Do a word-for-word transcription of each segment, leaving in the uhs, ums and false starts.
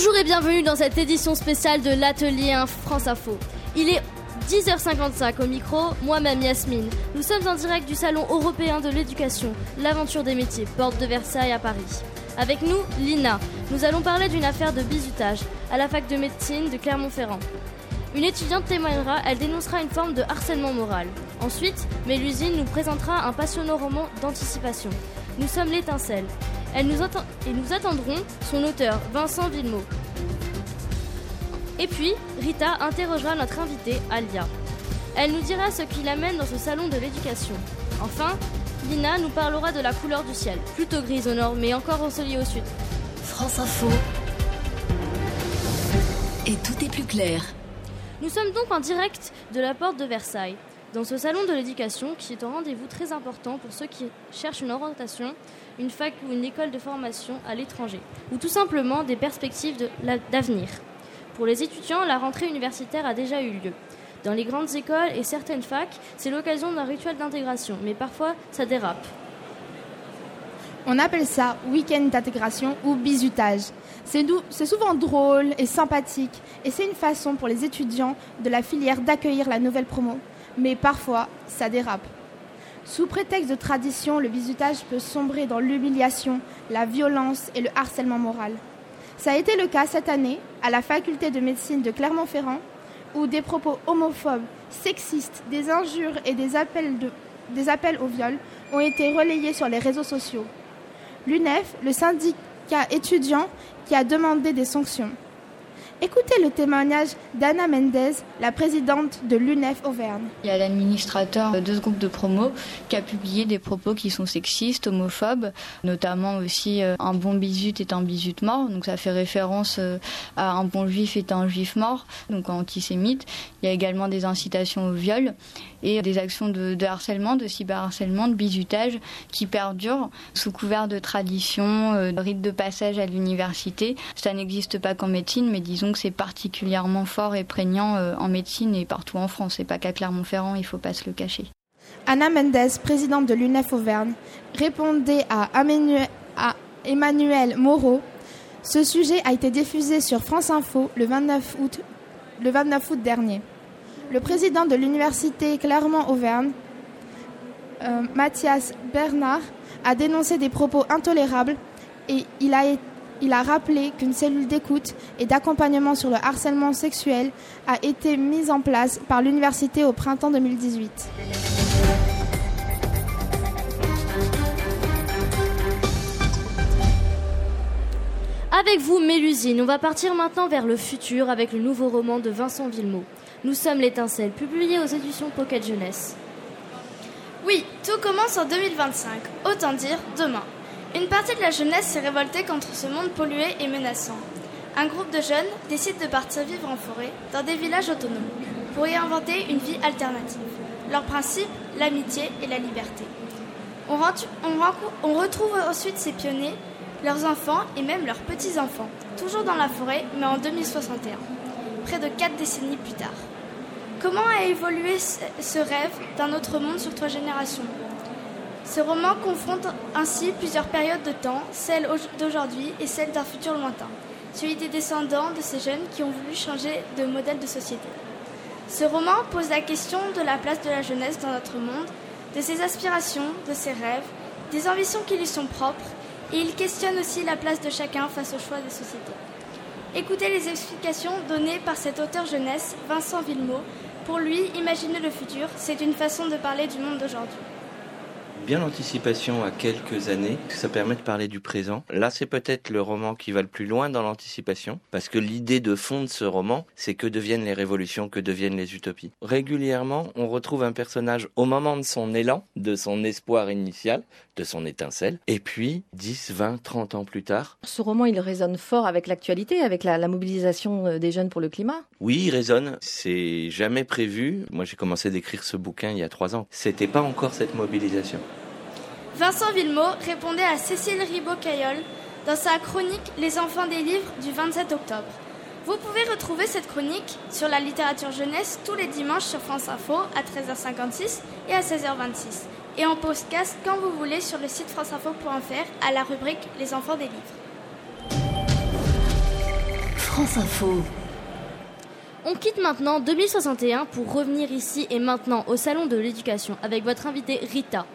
Bonjour et bienvenue dans cette édition spéciale de l'Atelier un France Info. Il est dix heures cinquante-cinq au micro, moi-même Yasmine. Nous sommes en direct du Salon européen de l'éducation, l'aventure des métiers, porte de Versailles à Paris. Avec nous, Lina. Nous allons parler d'une affaire de bizutage à la fac de médecine de Clermont-Ferrand. Une étudiante témoignera, elle dénoncera une forme de harcèlement moral. Ensuite, Mélusine nous présentera un passionnant roman d'anticipation. Nous sommes l'étincelle. Elle nous atten- et nous attendrons son auteur, Vincent Villemot. Et puis, Rita interrogera notre invitée, Alia. Elle nous dira ce qui l'amène dans ce salon de l'éducation. Enfin, Lina nous parlera de la couleur du ciel, plutôt grise au nord, mais encore ensoleillée au sud. France Info. Et tout est plus clair. Nous sommes donc en direct de la porte de Versailles, dans ce salon de l'éducation qui est un rendez-vous très important pour ceux qui cherchent une orientation, une fac ou une école de formation à l'étranger, ou tout simplement des perspectives de la, d'avenir. Pour les étudiants, la rentrée universitaire a déjà eu lieu. Dans les grandes écoles et certaines facs, c'est l'occasion d'un rituel d'intégration, mais parfois ça dérape. On appelle ça week-end d'intégration ou bizutage. C'est, dou- c'est souvent drôle et sympathique, et c'est une façon pour les étudiants de la filière d'accueillir la nouvelle promo. Mais parfois, ça dérape. Sous prétexte de tradition, le bizutage peut sombrer dans l'humiliation, la violence et le harcèlement moral. Ça a été le cas cette année à la faculté de médecine de Clermont-Ferrand, où des propos homophobes, sexistes, des injures et des appels, de, des appels au viol ont été relayés sur les réseaux sociaux. L'U N E F, le syndicat étudiant, qui a demandé des sanctions. Écoutez le témoignage d'Anna Mendez, la présidente de l'U N E F Auvergne. Il y a l'administrateur de ce groupe de promo qui a publié des propos qui sont sexistes, homophobes, notamment aussi euh, un bon bisute est un bisute mort, donc ça fait référence euh, à un bon juif est un juif mort, donc antisémite. Il y a également des incitations au viol et des actions de, de harcèlement, de cyberharcèlement, de bizutage qui perdurent sous couvert de tradition, euh, de rite de passage à l'université. Ça n'existe pas qu'en médecine, mais disons que c'est particulièrement fort et prégnant euh, en médecine et partout en France. C'est pas qu'à Clermont-Ferrand, il faut pas se le cacher. Anna Mendez, présidente de l'U N E F Auvergne, répondait à, Emmanuel, à Emmanuel Moreau. Ce sujet a été diffusé sur France Info le vingt-neuf août, le vingt-neuf août dernier. Le président de l'université Clermont-Auvergne, euh, Mathias Bernard, a dénoncé des propos intolérables et il a été Il a rappelé qu'une cellule d'écoute et d'accompagnement sur le harcèlement sexuel a été mise en place par l'université au printemps deux mille dix-huit. Avec vous, Mélusine, on va partir maintenant vers le futur avec le nouveau roman de Vincent Villemot. Nous sommes l'étincelle, publié aux éditions Pocket Jeunesse. Oui, tout commence en deux mille vingt-cinq, autant dire demain. Une partie de la jeunesse s'est révoltée contre ce monde pollué et menaçant. Un groupe de jeunes décide de partir vivre en forêt, dans des villages autonomes, pour y inventer une vie alternative. Leur principe, l'amitié et la liberté. On, rentu- on, renco- on retrouve ensuite ces pionniers, leurs enfants et même leurs petits-enfants, toujours dans la forêt, mais en deux mille soixante et un, près de quatre décennies plus tard. Comment a évolué ce rêve d'un autre monde sur trois générations ? Ce roman confronte ainsi plusieurs périodes de temps, celle d'aujourd'hui et celle d'un futur lointain, celui des descendants de ces jeunes qui ont voulu changer de modèle de société. Ce roman pose la question de la place de la jeunesse dans notre monde, de ses aspirations, de ses rêves, des ambitions qui lui sont propres, et il questionne aussi la place de chacun face aux choix des sociétés. Écoutez les explications données par cet auteur jeunesse, Vincent Villemot. Pour lui, imaginer le futur, c'est une façon de parler du monde d'aujourd'hui. Bien l'anticipation à quelques années, ça permet de parler du présent. Là, c'est peut-être le roman qui va le plus loin dans l'anticipation, parce que l'idée de fond de ce roman, c'est que deviennent les révolutions, que deviennent les utopies. Régulièrement, on retrouve un personnage au moment de son élan, de son espoir initial, de son étincelle, et puis dix, vingt, trente ans plus tard. Ce roman, il résonne fort avec l'actualité, avec la, la mobilisation des jeunes pour le climat. Oui, il résonne. C'est jamais prévu. Moi, j'ai commencé d'écrire ce bouquin il y a trois ans. C'était pas encore cette mobilisation. Vincent Villemot répondait à Cécile Ribaud-Caillol dans sa chronique « Les enfants des livres » du vingt-sept octobre. Vous pouvez retrouver cette chronique sur la littérature jeunesse tous les dimanches sur France Info à treize heures cinquante-six et à seize heures vingt-six. Et en podcast quand vous voulez sur le site franceinfo point f r à la rubrique « Les enfants des livres ». France Info. On quitte maintenant deux mille soixante et un pour revenir ici et maintenant au Salon de l'Éducation avec votre invitée Rita.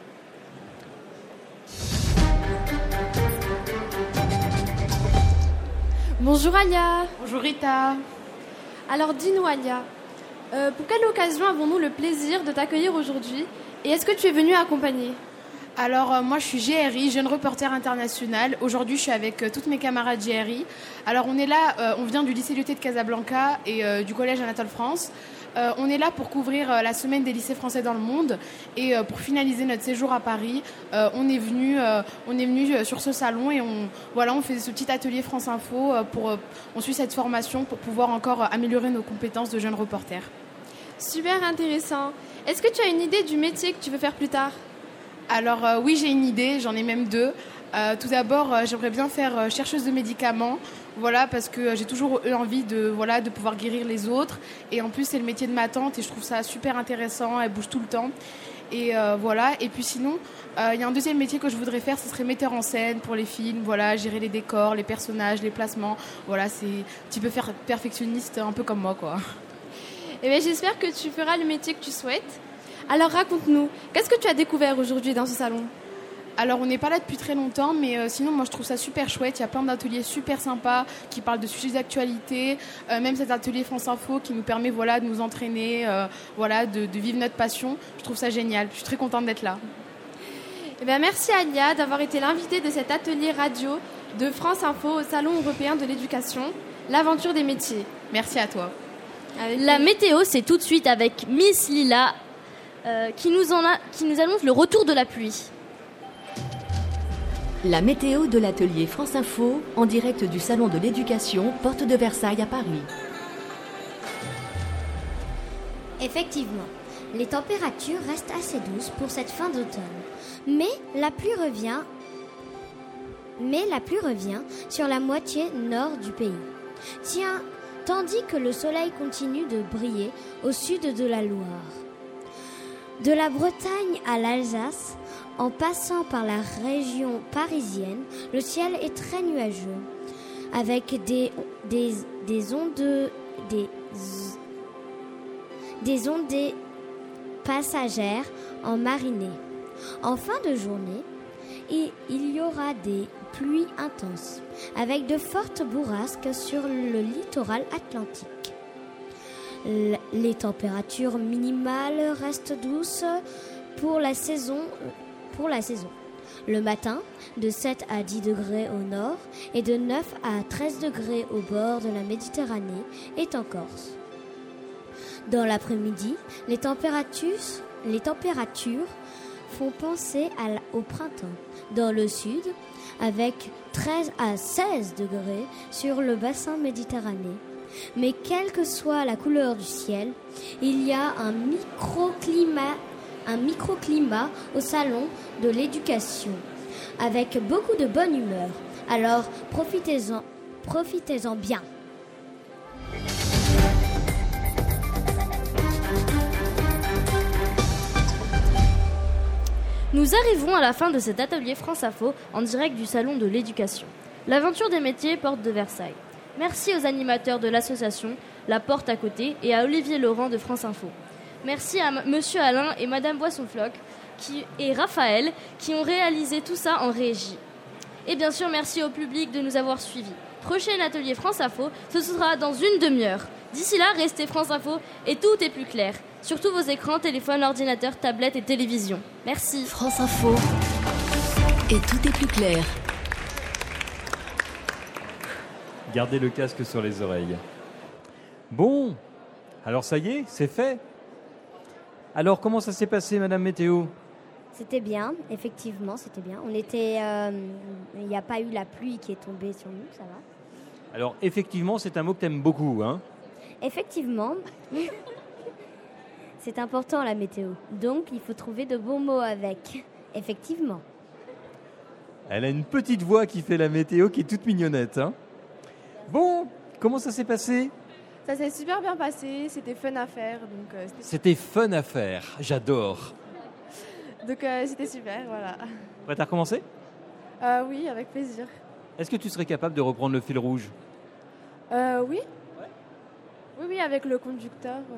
Bonjour Alia. Bonjour Rita. Alors dis-nous Alia, euh, pour quelle occasion avons-nous le plaisir de t'accueillir aujourd'hui et est-ce que tu es venue accompagner ? Alors euh, moi je suis G R I, jeune reporter international. Aujourd'hui je suis avec euh, toutes mes camarades G R I. Alors on est là, euh, on vient du lycée Lyoté de Casablanca et euh, du collège Anatole France. Euh, on est là pour couvrir euh, la semaine des lycées français dans le monde et euh, pour finaliser notre séjour à Paris, euh, on est venu, euh, on est venu euh, sur ce salon et on, voilà, on fait ce petit atelier France Info euh, pour, euh, on suit cette formation pour pouvoir encore euh, améliorer nos compétences de jeunes reporters. Super intéressant. Est-ce que tu as une idée du métier que tu veux faire plus tard ? Alors euh, oui, j'ai une idée, j'en ai même deux. Euh, tout d'abord, euh, j'aimerais bien faire euh, chercheuse de médicaments, voilà, parce que euh, j'ai toujours eu envie de, voilà, de pouvoir guérir les autres. Et en plus, c'est le métier de ma tante et je trouve ça super intéressant, elle bouge tout le temps. Et euh, voilà. Et puis sinon, il euh, y a un deuxième métier que je voudrais faire, ce serait metteur en scène pour les films, voilà, gérer les décors, les personnages, les placements. Voilà, c'est un petit peu faire perfectionniste, un peu comme moi, quoi. Eh bien, j'espère que tu feras le métier que tu souhaites. Alors raconte-nous, qu'est-ce que tu as découvert aujourd'hui dans ce salon ? Alors on n'est pas là depuis très longtemps, mais euh, sinon moi je trouve ça super chouette. Il y a plein d'ateliers super sympas qui parlent de sujets d'actualité, euh, même cet atelier France Info qui nous permet, voilà, de nous entraîner, euh, voilà, de, de vivre notre passion. Je trouve ça génial, je suis très contente d'être là. Eh bien, merci Alia d'avoir été l'invitée de cet atelier radio de France Info au Salon européen de l'éducation, l'aventure des métiers. Merci à toi. Avec La les... météo, c'est tout de suite avec Miss Lila euh, qui, nous en a, qui nous annonce le retour de la pluie. La météo de l'atelier France Info, en direct du Salon de l'Éducation, porte de Versailles à Paris. Effectivement, les températures restent assez douces pour cette fin d'automne. Mais la pluie revient, mais la pluie revient sur la moitié nord du pays. Tiens, tandis que le soleil continue de briller au sud de la Loire. De la Bretagne à l'Alsace, en passant par la région parisienne, le ciel est très nuageux, avec des, des, des ondes des, des ondes passagères en marinée. En fin de journée, il, il y aura des pluies intenses, avec de fortes bourrasques sur le littoral atlantique. Les températures minimales restent douces pour la saison. Pour la saison. Le matin, de sept à dix degrés au nord et de neuf à treize degrés au bord de la Méditerranée et en Corse. Dans l'après-midi, les températures, les températures font penser à la, au printemps. Dans le sud, avec treize à seize degrés sur le bassin méditerranéen. Mais quelle que soit la couleur du ciel, il y a un microclimat un microclimat au salon de l'éducation, avec beaucoup de bonne humeur. Alors, profitez-en, profitez-en bien. Nous arrivons à la fin de cet atelier France Info en direct du salon de l'éducation. L'aventure des métiers, porte de Versailles. Merci aux animateurs de l'association La Porte à côté et à Olivier Laurent de France Info. Merci à M- Monsieur Alain et Madame Boisson-Floc qui, et Raphaël qui ont réalisé tout ça en régie. Et bien sûr, merci au public de nous avoir suivis. Prochain atelier France Info, ce sera dans une demi-heure. D'ici là, restez France Info et tout est plus clair. Surtout vos écrans, téléphones, ordinateurs, tablettes et télévisions. Merci. France Info. Et tout est plus clair. Gardez le casque sur les oreilles. Bon, alors ça y est, c'est fait. Alors, comment ça s'est passé, Madame Météo ? C'était bien, effectivement, c'était bien. On était, euh, il n'y a pas eu la pluie qui est tombée sur nous, ça va. Alors, effectivement, c'est un mot que tu aimes beaucoup, hein ? Effectivement, c'est important la météo. Donc, il faut trouver de bons mots avec. Effectivement. Elle a une petite voix qui fait la météo, qui est toute mignonnette, hein ? Bon, comment ça s'est passé ? Ça s'est super bien passé, c'était fun à faire. Donc, euh, c'était... c'était fun à faire, j'adore. Donc euh, c'était super, voilà. Prête à recommencer ? euh, Oui, avec plaisir. Est-ce que tu serais capable de reprendre le fil rouge ? Euh, oui. Oui, oui, avec le conducteur. euh.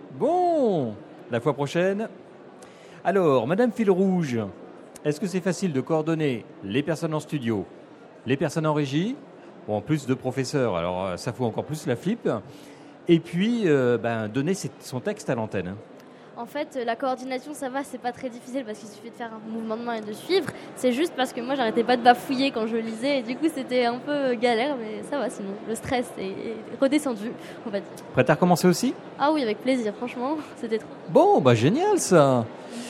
Bon, la fois prochaine. Alors, Madame Fil Rouge, est-ce que c'est facile de coordonner les personnes en studio, les personnes en régie, ou en plus de professeurs, alors euh, ça fout encore plus la flip, et puis euh, ben, donner ses- son texte à l'antenne. En fait, la coordination, ça va, c'est pas très difficile parce qu'il suffit de faire un mouvement de main et de suivre. C'est juste parce que moi, j'arrêtais pas de bafouiller quand je lisais et du coup, c'était un peu galère, mais ça va sinon. Le stress est est redescendu, on va dire. Prête à recommencer aussi? Ah oui, avec plaisir, franchement, c'était trop. Bon, bah génial ça.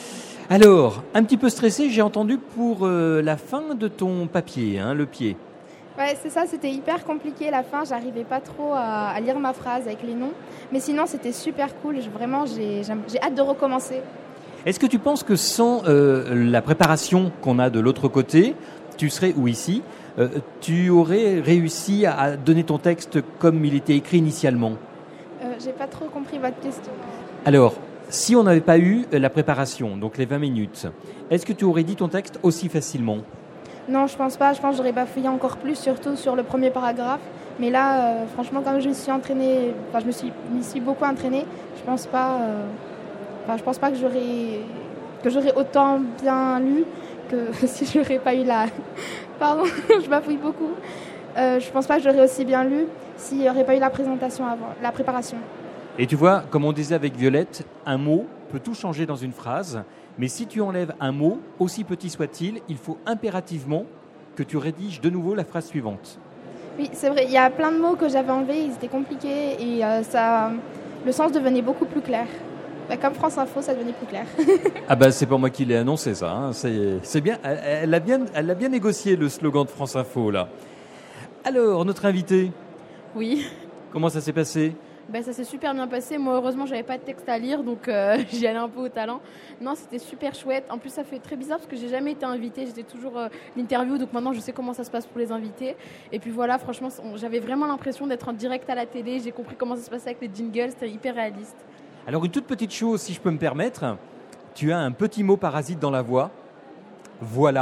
Alors, un petit peu stressé, j'ai entendu pour euh, la fin de ton papier, hein, le pied. Ouais, c'est ça, c'était hyper compliqué la fin, j'arrivais pas trop à, à lire ma phrase avec les noms. Mais sinon, c'était super cool, je- vraiment, j'ai j'aime- j'ai hâte de recommencer. Est-ce que tu penses que sans euh, la préparation qu'on a de l'autre côté, tu serais, ou ici, euh, tu aurais réussi à, à donner ton texte comme il était écrit initialement? Euh, j'ai pas trop compris votre question. Alors, si on n'avait pas eu euh, la préparation, donc les vingt minutes, est-ce que tu aurais dit ton texte aussi facilement? Non, je pense pas, je pense que j'aurais bafouillé encore plus, surtout sur le premier paragraphe. Mais là, euh, franchement, comme je me suis entraînée, enfin, je me suis, m'y suis beaucoup entraînée, je pense pas, euh, enfin, je pense pas que j'aurais, que j'aurais autant bien lu que si j'aurais pas eu la, pardon, je bafouille beaucoup. Euh, je pense pas que j'aurais aussi bien lu s'il n'y aurait pas eu la présentation avant, la préparation. Et tu vois, comme on disait avec Violette, un mot peut tout changer dans une phrase, mais si tu enlèves un mot, aussi petit soit-il, il faut impérativement que tu rédiges de nouveau la phrase suivante. Oui, c'est vrai, il y a plein de mots que j'avais enlevés, ils étaient compliqués et euh, ça, le sens devenait beaucoup plus clair. Bah, comme France Info, ça devenait plus clair. Ah ben c'est pas moi qui l'ai annoncé ça, hein. c'est, c'est bien, elle, elle a bien, elle a bien négocié le slogan de France Info là. Alors, notre invité, Oui, comment ça s'est passé? ben, ça s'est super bien passé. Moi, heureusement, j'avais pas de texte à lire, donc euh, j'y allais un peu au talent. Non, c'était super chouette. En plus, ça fait très bizarre parce que j'ai jamais été invitée. J'étais toujours euh, l'interview, donc maintenant, je sais comment ça se passe pour les invités. Et puis voilà, franchement, on- j'avais vraiment l'impression d'être en direct à la télé. J'ai compris comment ça se passait avec les jingles. C'était hyper réaliste. Alors une toute petite chose, si je peux me permettre, tu as un petit mot parasite dans la voix. Voilà.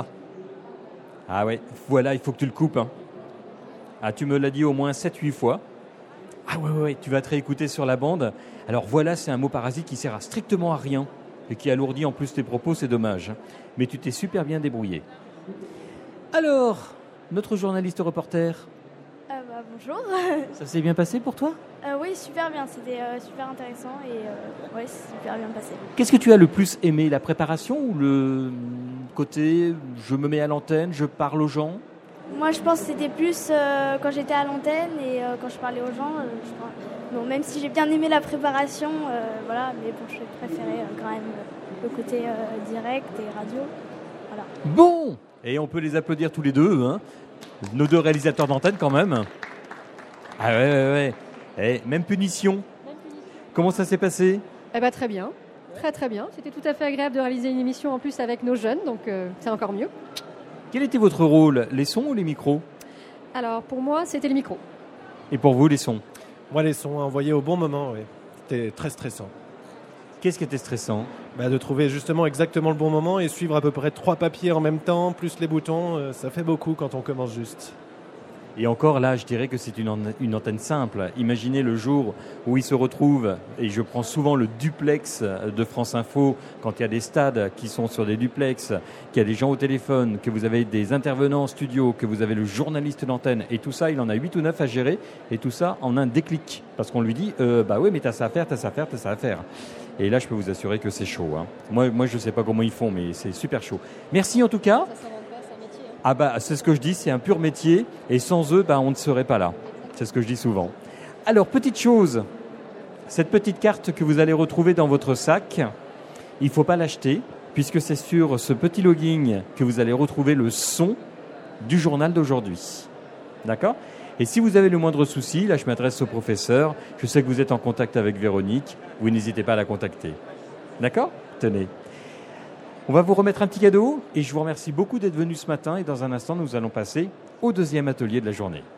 Ah ouais, voilà, il faut que tu le coupes. Hein. Ah, tu me l'as dit au moins sept huit fois. Ah ouais, ouais, ouais, tu vas te réécouter sur la bande. Alors voilà, c'est un mot parasite qui sert à strictement à rien et qui alourdit en plus tes propos, c'est dommage. Mais tu t'es super bien débrouillé. Alors, notre journaliste reporter, Euh, bah, bonjour. ça s'est bien passé pour toi? Euh, oui, super bien. C'était euh, super intéressant et euh, ouais, c'est super bien passé. Qu'est-ce que tu as le plus aimé, la préparation ou le côté je me mets à l'antenne, je parle aux gens? Moi, je pense que c'était plus euh, quand j'étais à l'antenne et euh, quand je parlais aux gens. euh, je crois. Bon, même si j'ai bien aimé la préparation, euh, voilà, mais bon, je préférais euh, quand même euh, le côté euh, direct et radio. Voilà. Bon, et on peut les applaudir tous les deux, hein. Nos deux réalisateurs d'antenne quand même. Ah ouais, ouais, ouais. Et même punition. Comment ça s'est passé? Eh ben, très bien, très très bien. C'était tout à fait agréable de réaliser une émission en plus avec nos jeunes, donc euh, c'est encore mieux. Quel était votre rôle? Les sons ou les micros? Alors pour moi, c'était le micro. Et pour vous, les sons? Moi, les sons envoyés au bon moment, oui. C'était très stressant. Qu'est-ce qui était stressant? Bah, de trouver justement exactement le bon moment et suivre à peu près trois papiers en même temps, plus les boutons, euh, ça fait beaucoup quand on commence juste. Et encore là, je dirais que c'est une, an- une antenne simple. Imaginez le jour où ils se retrouvent, et je prends souvent le duplex de France Info, quand il y a des stades qui sont sur des duplex, qu'il y a des gens au téléphone, que vous avez des intervenants en studio, que vous avez le journaliste d'antenne, et tout ça, il en a huit ou neuf à gérer, et tout ça en un déclic. Parce qu'on lui dit, euh, bah oui, mais t'as ça à faire, t'as ça à faire, t'as ça à faire. Et là, je peux vous assurer que c'est chaud. Hein. Moi, moi, je ne sais pas comment ils font, mais c'est super chaud. Merci en tout cas. Ah bah, c'est ce que je dis, c'est un pur métier, et sans eux, bah, on ne serait pas là. C'est ce que je dis souvent. Alors, petite chose, cette petite carte que vous allez retrouver dans votre sac, il ne faut pas l'acheter, puisque c'est sur ce petit login que vous allez retrouver le son du journal d'aujourd'hui. D'accord ? Et si vous avez le moindre souci, là je m'adresse au professeur, je sais que vous êtes en contact avec Véronique, vous n'hésitez pas à la contacter. D'accord ? Tenez. On va vous remettre un petit cadeau et je vous remercie beaucoup d'être venu ce matin et dans un instant nous allons passer au deuxième atelier de la journée.